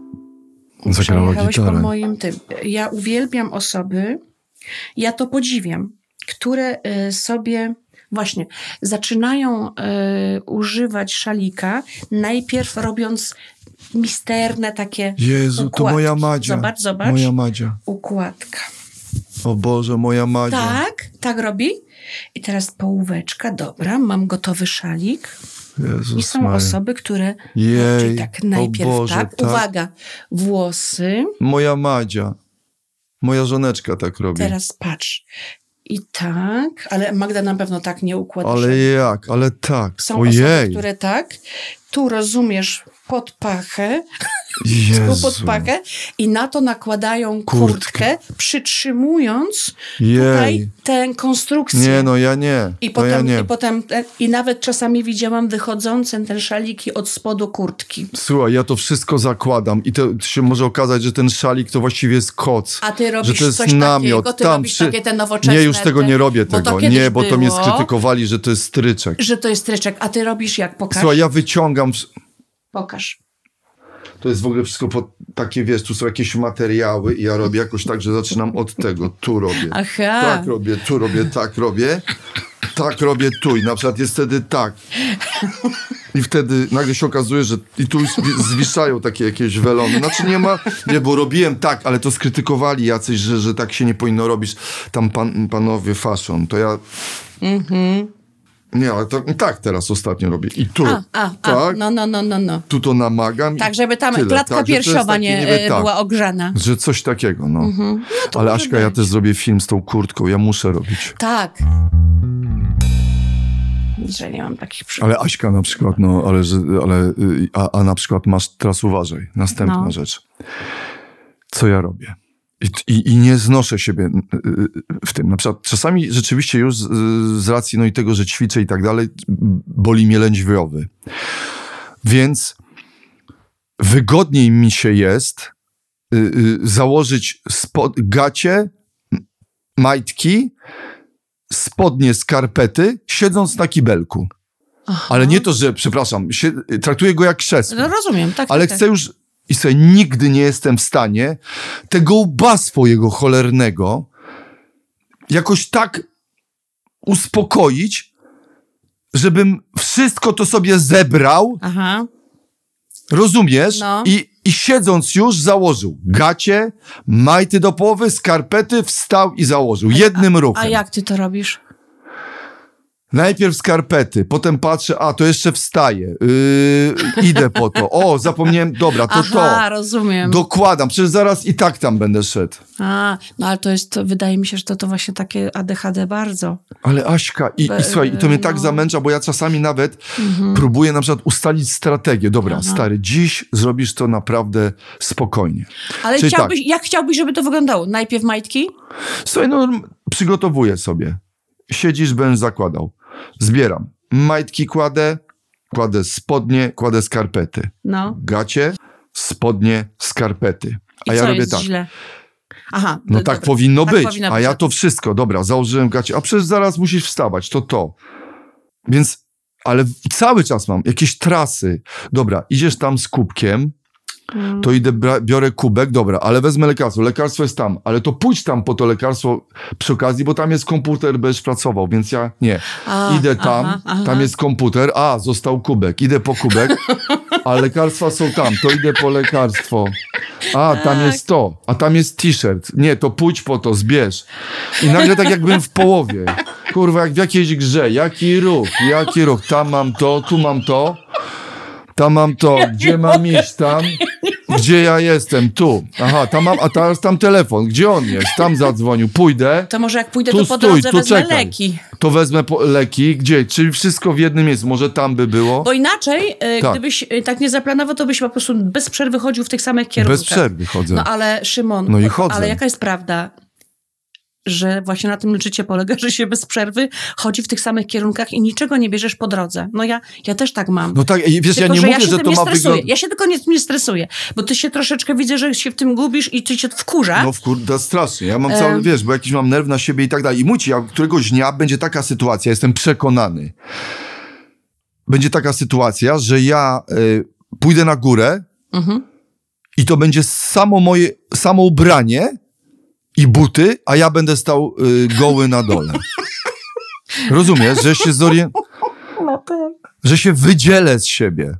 Zagrała Przejechałeś po gitarę. moim tym. Ja uwielbiam osoby, ja to podziwiam, które y, sobie właśnie zaczynają y, używać szalika, najpierw robiąc misterne takie Jezu, to układki. moja Madzia. Zobacz, zobacz. Moja Madzia. Układka. O Boże, moja Madzia. Tak, tak robi. I teraz połóweczka, dobra, mam gotowy szalik. Jezus I są Maria. osoby, które... Jej, Czyli tak, najpierw o Boże, tak, tak. uwaga, włosy, Moja Madzia. Moja żoneczka tak robi. teraz patrz. I tak, ale Magda na pewno tak nie układa. Ale szalik. jak? Ale tak. Są Ojej. osoby, które tak, tu rozumiesz pod pachę, tu Jezu. pod pachę i na to nakładają kurtkę, przytrzymując tutaj Jej. tę konstrukcję. Nie, no ja nie. I to potem, ja nie. i potem, e, i nawet czasami widziałam wychodzące ten szaliki od spodu kurtki. Słuchaj, ja to wszystko zakładam i to się może okazać, że ten szalik to właściwie jest koc. A ty że robisz to jest coś namiot. takiego, ty Tam robisz przy- takie te nowoczesne... Nie, już tego te- nie robię bo to tego. kiedyś Nie, bo to mnie było, skrytykowali, że to jest stryczek. że to jest stryczek, a ty robisz jak? Pokaż. Słuchaj, ja wyciągam... w- Pokaż. To jest w ogóle wszystko po, takie, wiesz, tu są jakieś materiały i ja robię jakoś tak, że zaczynam od tego. Tu robię. Aha. Tak robię, tu robię, tak robię. Tak robię tu i na przykład jest wtedy tak. I wtedy nagle się okazuje, że i tu zwi- zwiszają takie jakieś welony. Znaczy nie ma, nie, bo robiłem tak, ale to skrytykowali jacyś, że, że tak się nie powinno robić. Tam pan, panowie fashion, to ja... Mhm. Nie, ale to, tak teraz ostatnio robię. I tu, A, a, a, tak, no, no, no, no, no. tu to namagam. i Tak, żeby tam tyle. klatka Tak, że to jest piersiowa takie nie niby e, tak. była ogrzana. Że coś takiego, no. Mhm. to Ale może Aśka, ja być. też zrobię film z tą kurtką. Ja muszę robić. Tak. Że nie mam takich przykładów. Ale Aśka na przykład, no, ale, że, ale y, a, a na przykład masz, teraz uważaj, następna No. rzecz. co ja robię. I, i, I nie znoszę siebie w tym. Na przykład czasami rzeczywiście już z, z racji no i tego, że ćwiczę i tak dalej, boli mnie lędźwiowy. Więc wygodniej mi się jest y, y, założyć spod, gacie, majtki, spodnie, skarpety, siedząc na kibelku. Aha. Ale nie to, że, przepraszam, się, traktuję go jak krzesło. No rozumiem, tak. Ale tak, chcę już, i sobie nigdy nie jestem w stanie tego łba swojego cholernego jakoś tak uspokoić, żebym wszystko to sobie zebrał. Aha. Rozumiesz? No. I, I siedząc już założył gacie, majty do połowy, skarpety, wstał i założył. Jednym a, ruchem. A jak ty to robisz? Najpierw skarpety, potem patrzę, a to jeszcze wstaję, yy, idę po to, o zapomniałem, dobra, to Aha, to. rozumiem. Dokładam, przecież zaraz i tak tam będę szedł. A, no ale to jest, to, wydaje mi się, że to, to właśnie takie A D H D bardzo. Ale Aśka, i, i słuchaj, i to mnie no. tak zamęcza, bo ja czasami nawet mhm. próbuję na przykład ustalić strategię. Dobra, Aha. stary, dziś zrobisz to naprawdę spokojnie. Ale chciałbyś, tak, jak chciałbyś, żeby to wyglądało? Najpierw majtki? Słuchaj, no przygotowuję sobie. Siedzisz, będziesz zakładał. Zbieram. Majtki kładę, kładę spodnie, kładę skarpety. No. Gacie, spodnie, skarpety. A I ja co robię jest tak. Źle? Aha. No dobra. tak powinno tak być. Powinno a być. ja to wszystko, dobra, założyłem gacie. A przecież zaraz musisz wstawać, to to. Więc, ale cały czas mam jakieś trasy. Dobra, idziesz tam z kubkiem, Hmm. to idę, bra- biorę kubek, dobra, ale wezmę lekarstwo, lekarstwo jest tam, ale to pójdź tam po to lekarstwo przy okazji, bo tam jest komputer, będziesz pracował, więc ja nie. A, idę tam, aha, aha. tam jest komputer, a, został kubek, idę po kubek, a lekarstwa są tam, to idę po lekarstwo, a, tam jest to, a tam jest t-shirt, nie, to pójdź po to, zbierz. I nagle tak jakbym w połowie, kurwa, jak w jakiejś grze, jaki ruch, jaki ruch, tam mam to, tu mam to, tam mam to, ja gdzie mam mogę. iść, tam, gdzie ja jestem, tu. Aha, tam mam, a teraz tam telefon, gdzie on jest? Tam zadzwonił, pójdę. To może jak pójdę, tu to po stój, drodze tu wezmę czekaj. leki. To wezmę po, leki, gdzie? Czyli wszystko w jednym miejscu, może tam by było? Bo inaczej, y, tak. gdybyś y, tak nie zaplanował, to byś po prostu bez przerwy chodził w tych samych kierunkach. Bez przerwy chodzę. No ale Szymon, no i chodzę. Ale jaka jest prawda? Że właśnie na tym życie polega, że się bez przerwy chodzi w tych samych kierunkach i niczego nie bierzesz po drodze. No ja, ja też tak mam. No tak, wiesz, tylko, ja nie że mówię, ja że to ma wyglądać... Ja się tylko nie, nie stresuję, bo ty się troszeczkę widzę, że się w tym gubisz i ty się wkurza. No wkurza strasznie. Ja mam cały, um... wiesz, bo jakiś mam nerw na siebie i tak dalej. I mówię ci, ja któregoś dnia będzie taka sytuacja, jestem przekonany. Będzie taka sytuacja, że ja y, pójdę na górę mhm. i to będzie samo moje, samo ubranie i buty, a ja będę stał y, goły na dole. Rozumiesz, że się zorient... No tak. Że się wydzielę z siebie.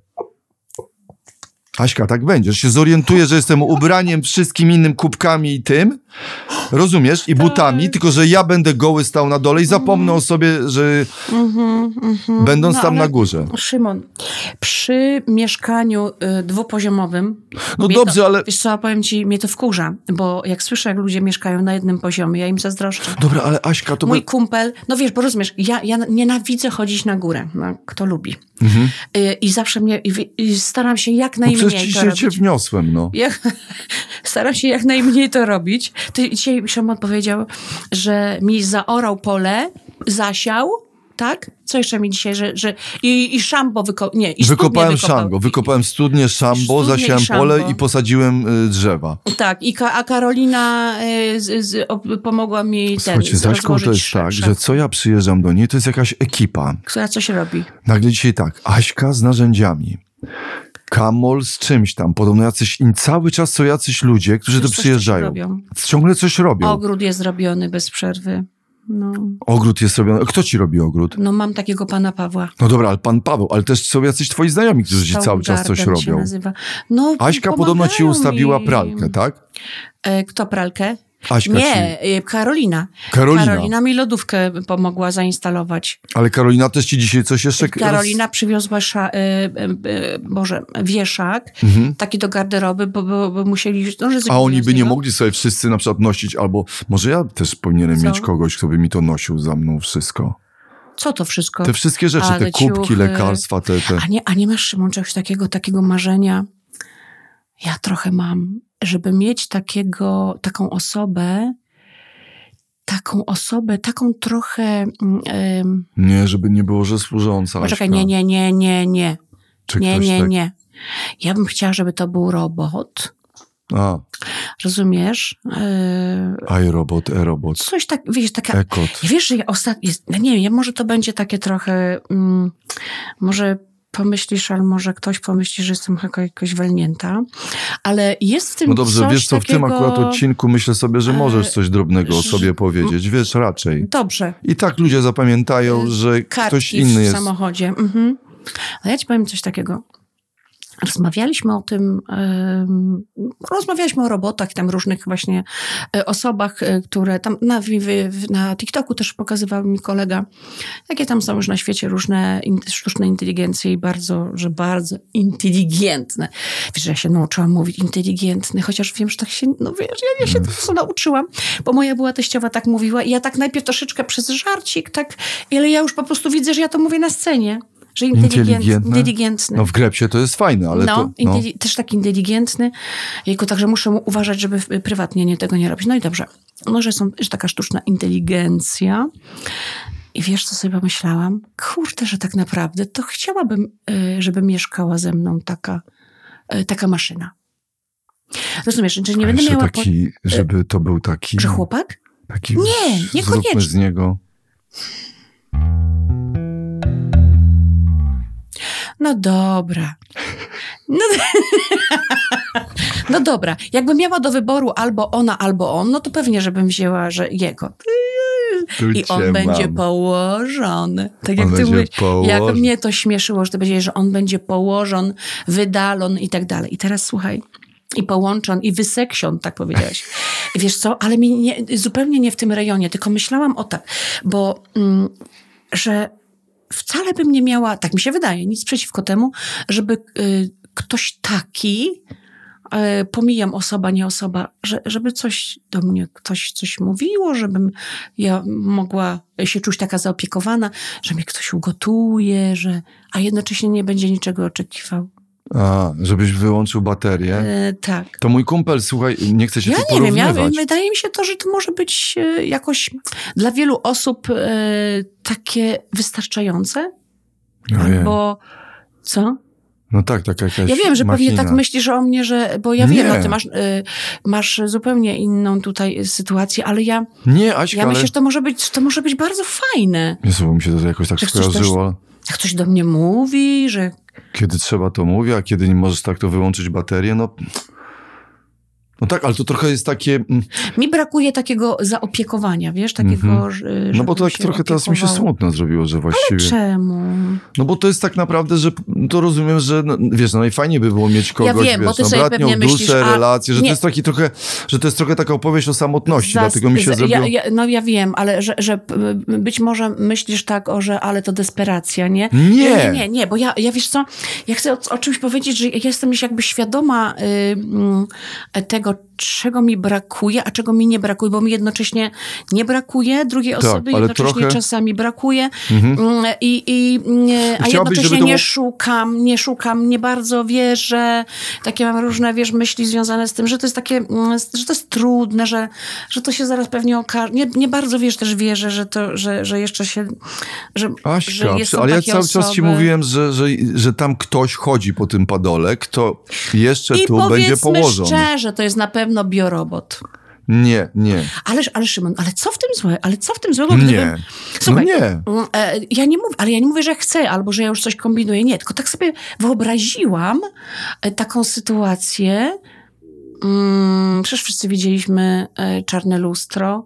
Aśka, tak będzie, że się zorientuję, że jestem ubraniem, wszystkim innym kubkami i tym, rozumiesz, i butami, tak. tylko że ja będę goły stał na dole i zapomnę mm. o sobie, że mm-hmm, mm-hmm. będąc no, tam na górze. Szymon, przy mieszkaniu y, dwupoziomowym, no dobrze, to, ale... Wiesz co, powiem ci, mnie to wkurza, bo jak słyszę, jak ludzie mieszkają na jednym poziomie, ja im zazdroszczę. Dobra, ale Aśka, to... Mój by... kumpel, no wiesz, bo rozumiesz, ja, ja nienawidzę chodzić na górę, no, kto lubi. Mhm. Y, I zawsze mnie, i, i staram się jak najmniej no przecież to się robić. cię wniosłem, no. Ja, staram się jak najmniej to robić. Ty dzisiaj Szymon powiedział, że mi zaorał pole, zasiał, tak? Co jeszcze mi dzisiaj, że... że i, i szambo wyko... Nie, i wykopałem wykopał. szambo, wykopałem studnię, szambo, studnie zasiałem szambo. pole i posadziłem y, drzewa. Tak, i ka- a Karolina y, z, z, o, pomogła mi Słuchajcie, ten, Zaśką to jest tak, że co ja przyjeżdżam do niej, to jest jakaś ekipa. Która coś robi. Nagle dzisiaj tak, Aśka z narzędziami. Kamol z czymś tam, podobno jacyś, i cały czas są jacyś ludzie, którzy tu przyjeżdżają. Ciągle coś robią. Ogród jest robiony bez przerwy. No. Ogród jest robiony. Kto ci robi ogród? No mam takiego pana Pawła. No dobra, ale pan Paweł, ale też są jacyś twoi znajomi, którzy ci cały czas coś robią. No, Aśka podobno ci ustawiła mi. pralkę, tak? E, kto pralkę? Aśka Nie, ci... Karolina. Karolina. Karolina mi lodówkę pomogła zainstalować. Ale Karolina też ci dzisiaj coś jeszcze... Karolina przywiozła sza... y, y, y, Boże, wieszak, mhm. taki do garderoby, bo, bo, bo musieli... No, a oni by nie mogli sobie wszyscy na przykład nosić, albo może ja też powinienem Co? mieć kogoś, kto by mi to nosił za mną wszystko. Co to wszystko? Te wszystkie rzeczy, a, te kubki, ciuchy. lekarstwa, te... te... A, nie, a nie masz, Szymon, czegoś takiego, takiego marzenia? Ja trochę mam, żeby mieć takiego, taką osobę, taką osobę, taką trochę... Um, nie, żeby nie było, że służąca. Poczekaj, nie, nie, nie, nie, nie. Czy nie, ktoś nie, tak... nie. Ja bym chciała, żeby to był robot. A. Rozumiesz? Yy, iRobot, e-robot. Coś tak, wiesz, taka... E-kot. Wiesz, że ja ostatnio... Nie wiem, może to będzie takie trochę... Um, może pomyślisz, albo może ktoś pomyśli, że jestem jakoś walnięta, ale jest w tym No dobrze, coś wiesz co, takiego... w tym akurat odcinku myślę sobie, że możesz coś drobnego o sobie powiedzieć. Wiesz, raczej. Dobrze. I tak ludzie zapamiętają, że Kartki ktoś inny w jest... samochodzie. Mhm. A ja ci powiem coś takiego. Rozmawialiśmy o tym, yy, rozmawialiśmy o robotach, tam różnych właśnie yy, osobach, yy, które tam na, w, na TikToku też pokazywał mi kolega, jakie tam są już na świecie różne in, sztuczne inteligencje i bardzo, że bardzo inteligentne. Wiesz, że ja się nauczyłam mówić inteligentny, chociaż wiem, że tak się, no wiesz, ja, ja się to co nauczyłam, bo moja była teściowa tak mówiła i ja tak najpierw troszeczkę przez żarcik, tak, ale ja już po prostu widzę, że ja to mówię na scenie. Że inteligent, inteligentny. No w Grepsie to jest fajne, ale no, to... No, inteli- też tak inteligentny. Jejku, także muszę uważać, żeby prywatnie nie, tego nie robić. No i dobrze. No, że są że taka sztuczna inteligencja. I wiesz, co sobie pomyślałam? Kurde, że tak naprawdę to chciałabym, żeby mieszkała ze mną taka, taka maszyna. Rozumiesz, że nie A będę miała... taki, po... żeby to był taki... Że chłopak? Taki, nie, niekoniecznie. Zróbmy z niego... No dobra. No, no dobra. Jakbym miała do wyboru albo ona, albo on, no to pewnie, żebym wzięła, że jego. Tu I on mam. będzie położony. Tak jak on ty mówisz. Jak położony. mnie to śmieszyło, że ty powiedziałeś, że on będzie położon, wydalon i tak dalej. I teraz słuchaj. I połączon, i wyseksion, tak powiedziałeś. I wiesz co, ale mi nie, zupełnie nie w tym rejonie, tylko myślałam o tak, bo mm, że wcale bym nie miała, tak mi się wydaje, nic przeciwko temu, żeby y, ktoś taki, y, pomijam osoba, nie osoba, że, żeby coś do mnie, ktoś coś mówiło, żebym ja mogła się czuć taka zaopiekowana, że mnie ktoś ugotuje, że, a jednocześnie nie będzie niczego oczekiwał. A, żebyś wyłączył baterię. E, tak. To mój kumpel, słuchaj, nie chcę się ja tu nie porównywać. wiem, ja, wydaje mi się to, że to może być e, jakoś dla wielu osób e, takie wystarczające. Ojej. Albo co? No tak, tak jakaś Ja wiem, że machina. pewnie tak myślisz o mnie, że, bo ja Nie. wiem, no ty masz, y, masz zupełnie inną tutaj sytuację, ale ja, Nie, Aśka, ja myślę, ale... że to może być, to może być bardzo fajne. Jezu, bo mi się to jakoś tak Że ktoś skojarzyło. Jak ktoś do mnie mówi, że... Kiedy trzeba, to mówię, a kiedy nie możesz tak, to wyłączyć baterię, no... No tak, ale to trochę jest takie... Mi brakuje takiego zaopiekowania, wiesz, takiego, mm-hmm. że... No bo to tak trochę teraz mi się smutno zrobiło, że właściwie... Ale czemu? No bo to jest tak naprawdę, że to rozumiem, że no, wiesz, no najfajniej by było mieć kogoś, ja wiem, wiesz, bo ty no, sobie bratnią pewnie duszę, myślisz, a... relacje, że nie. to jest taki trochę, że to jest trochę taka opowieść o samotności, Zas... dlatego mi się Z... zrobiło... Ja, ja, no ja wiem, ale że, że być może myślisz tak, o, że ale to desperacja, nie? Nie! Nie, nie, nie, nie bo ja, ja wiesz co, ja chcę o, o czymś powiedzieć, że ja jestem już jakby świadoma y, y, tego, czego mi brakuje, a czego mi nie brakuje, bo mi jednocześnie nie brakuje drugiej tak, osoby, ale jednocześnie trochę... czasami brakuje, mhm. i, i, a Chciałabyś, jednocześnie to nie było... szukam, nie szukam, nie bardzo wierzę, takie mam różne, wiesz, myśli związane z tym, że to jest takie, że to jest trudne, że, że to się zaraz pewnie okaże. Nie, nie bardzo, wiesz, też wierzę, że to, że, że jeszcze się, że, Aśka, że jest ale ja cały osoby. czas ci mówiłem, że, że, że tam ktoś chodzi po tym padole, kto jeszcze I tu będzie położony. I powiedzmy szczerze, to jest na pewno biorobot. Nie, nie. Ależ, ale Szymon, ale co w tym złego? Ale co w tym złego, gdybym... Nie. Słuchaj, no nie. Ja nie mówię, ale ja nie mówię, że chcę, albo że ja już coś kombinuję. Nie, tylko tak sobie wyobraziłam taką sytuację. Hmm, przecież wszyscy widzieliśmy Czarne lustro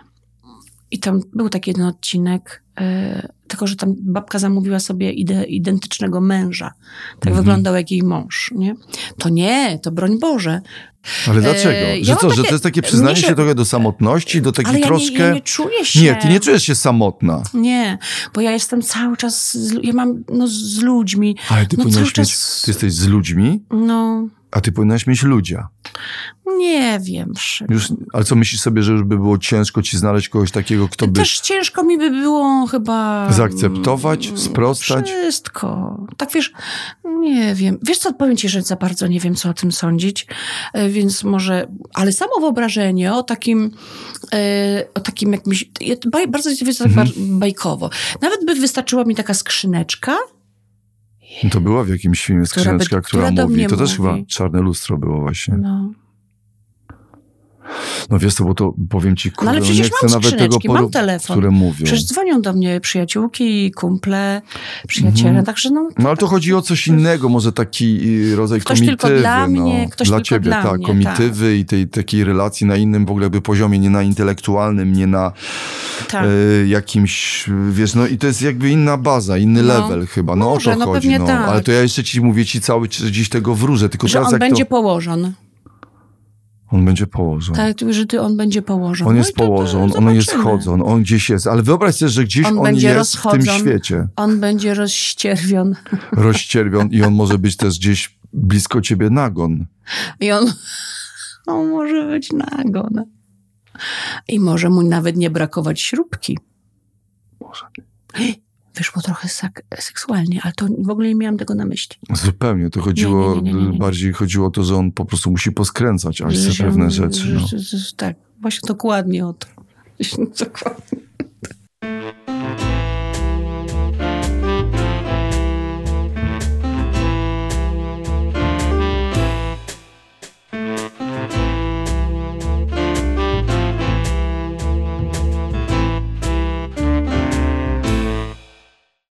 i tam był taki jeden odcinek, tylko że tam babka zamówiła sobie ide, identycznego męża. Tak mhm. wyglądał jak jej mąż, nie? To nie, to broń Boże. Ale dlaczego? E, że ja co, takie, że to jest takie przyznanie się, się trochę do samotności, do takiej ale ja troszkę... Nie, ja nie czuję się... Nie, ty nie czujesz się samotna. Nie, bo ja jestem cały czas... Z, ja mam no, z ludźmi. Ale ty no, powinnaś cały mieć... czas... Ty jesteś z ludźmi, no... a ty powinnaś mieć ludzia. Nie wiem. Już, ale co, myślisz sobie, że już by było ciężko ci znaleźć kogoś takiego, kto by... Też ciężko mi by było chyba... Zaakceptować, sprostać? Wszystko. Tak wiesz, nie wiem. Wiesz co, powiem ci, że za bardzo nie wiem, co o tym sądzić, więc może... Ale samo wyobrażenie o takim, o takim jakimś... Bardzo jest tak mhm. bajkowo. Nawet by wystarczyła mi taka skrzyneczka. To była w jakimś filmie skrzyneczka, która, która, która mówi. To mówi. też chyba Czarne lustro było właśnie. No. No wiesz co, bo to powiem ci, kurde, no ale no przecież nie chcę mam nawet tego, mam telefon. które mówią. Przecież dzwonią do mnie przyjaciółki, kumple, przyjaciele, mm. także no... No ale to chodzi o coś innego, może taki rodzaj ktoś komitywy. Tylko dla no, mnie, ktoś dla tylko ciebie, dla tak, mnie, komitywy tak. i tej takiej relacji na innym w ogóle jakby poziomie, nie na intelektualnym, nie na tak. e, jakimś, wiesz, no i to jest jakby inna baza, inny no. level chyba, no Może, o to no, chodzi. pewnie No. tak. Ale to ja jeszcze ci mówię ci cały dziś tego wróżę, tylko że teraz on jak będzie to... położony. On będzie położony. Tak, że ty on będzie położony. On jest no położony, on jest chodzony, on gdzieś jest. Ale wyobraź sobie, że gdzieś on, on będzie jest w tym świecie. On będzie rozścierwion. Rozścierwion i on może być też gdzieś blisko ciebie nagon. I on, on może być nagon. I może mu nawet nie brakować śrubki. Może. Wyszło trochę sak- seksualnie, ale to w ogóle nie miałam tego na myśli. Zupełnie. To chodziło, nie, nie, nie, nie, nie. bardziej chodziło o to, że on po prostu musi poskręcać aż pewne rzeczy. No. Tak, właśnie dokładnie o to. Dokładnie.